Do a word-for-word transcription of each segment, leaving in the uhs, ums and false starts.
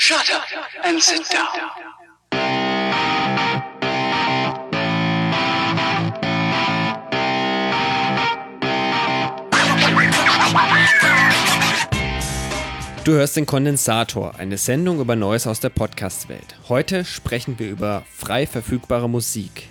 Shut up and sit down. Du hörst den Kondensator, eine Sendung über Neues aus der Podcast-Welt. Heute sprechen wir über frei verfügbare Musik.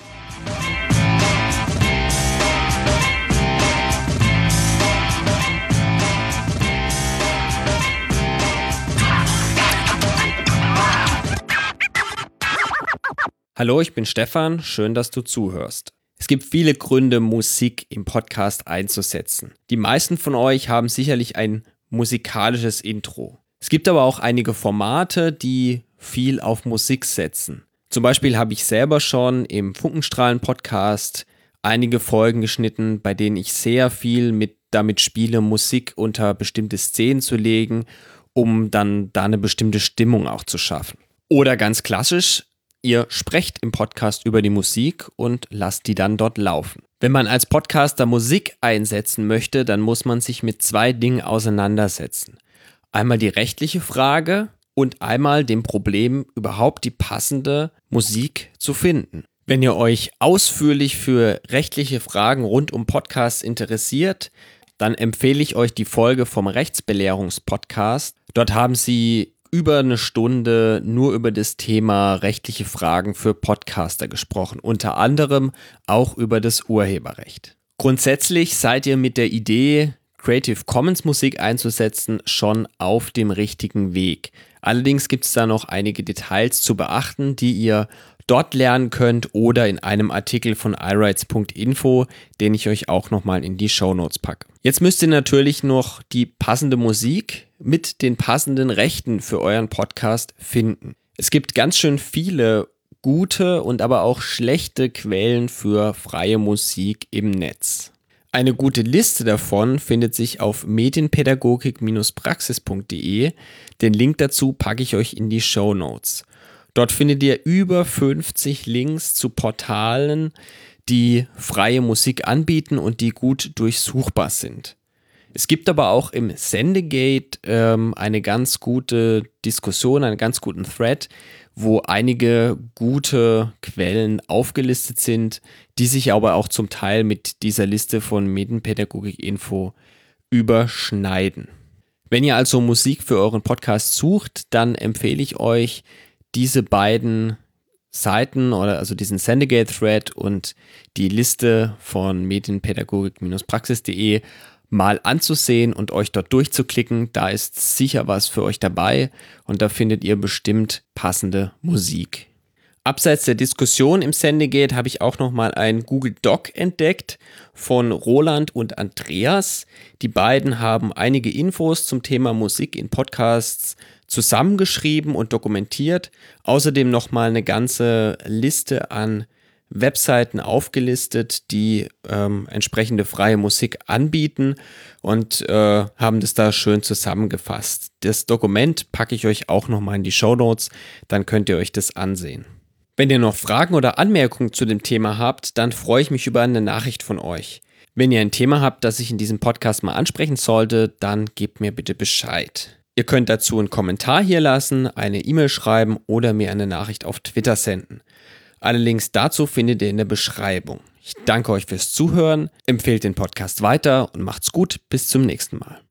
Hallo, ich bin Stefan, schön, dass du zuhörst. Es gibt viele Gründe, Musik im Podcast einzusetzen. Die meisten von euch haben sicherlich ein musikalisches Intro. Es gibt aber auch einige Formate, die viel auf Musik setzen. Zum Beispiel habe ich selber schon im Funkenstrahlen-Podcast einige Folgen geschnitten, bei denen ich sehr viel mit, damit spiele, Musik unter bestimmte Szenen zu legen, um dann da eine bestimmte Stimmung auch zu schaffen. Oder ganz klassisch, ihr sprecht im Podcast über die Musik und lasst die dann dort laufen. Wenn man als Podcaster Musik einsetzen möchte, dann muss man sich mit zwei Dingen auseinandersetzen. Einmal die rechtliche Frage und einmal dem Problem, überhaupt die passende Musik zu finden. Wenn ihr euch ausführlich für rechtliche Fragen rund um Podcasts interessiert, dann empfehle ich euch die Folge vom Rechtsbelehrungspodcast. Dort haben sie über eine Stunde nur über das Thema rechtliche Fragen für Podcaster gesprochen, unter anderem auch über das Urheberrecht. Grundsätzlich seid ihr mit der Idee, Creative Commons Musik einzusetzen, schon auf dem richtigen Weg. Allerdings gibt es da noch einige Details zu beachten, die ihr dort lernen könnt oder in einem Artikel von i rights punkt info, den ich euch auch nochmal in die Shownotes packe. Jetzt müsst ihr natürlich noch die passende Musik mit den passenden Rechten für euren Podcast finden. Es gibt ganz schön viele gute und aber auch schlechte Quellen für freie Musik im Netz. Eine gute Liste davon findet sich auf medienpädagogik Bindestrich praxis punkt de. Den Link dazu packe ich euch in die Shownotes. Dort findet ihr über fünfzig Links zu Portalen, die freie Musik anbieten und die gut durchsuchbar sind. Es gibt aber auch im Sendegate ähm, eine ganz gute Diskussion, einen ganz guten Thread, wo einige gute Quellen aufgelistet sind, die sich aber auch zum Teil mit dieser Liste von Medienpädagogik-Info überschneiden. Wenn ihr also Musik für euren Podcast sucht, dann empfehle ich euch, diese beiden Seiten oder also diesen Sendegate-Thread und die Liste von medienpädagogik Bindestrich praxis punkt de mal anzusehen und euch dort durchzuklicken. Da ist sicher was für euch dabei und da findet ihr bestimmt passende Musik. Abseits der Diskussion im Sendegate habe ich auch nochmal einen Google Doc entdeckt von Roland und Andreas. Die beiden haben einige Infos zum Thema Musik in Podcasts zusammengeschrieben und dokumentiert. Außerdem nochmal eine ganze Liste an Webseiten aufgelistet, die ähm, entsprechende freie Musik anbieten und äh, haben das da schön zusammengefasst. Das Dokument packe ich euch auch nochmal in die Shownotes, dann könnt ihr euch das ansehen. Wenn ihr noch Fragen oder Anmerkungen zu dem Thema habt, dann freue ich mich über eine Nachricht von euch. Wenn ihr ein Thema habt, das ich in diesem Podcast mal ansprechen sollte, dann gebt mir bitte Bescheid. Ihr könnt dazu einen Kommentar hier lassen, eine E-Mail schreiben oder mir eine Nachricht auf Twitter senden. Alle Links dazu findet ihr in der Beschreibung. Ich danke euch fürs Zuhören, empfehlt den Podcast weiter und macht's gut, bis zum nächsten Mal.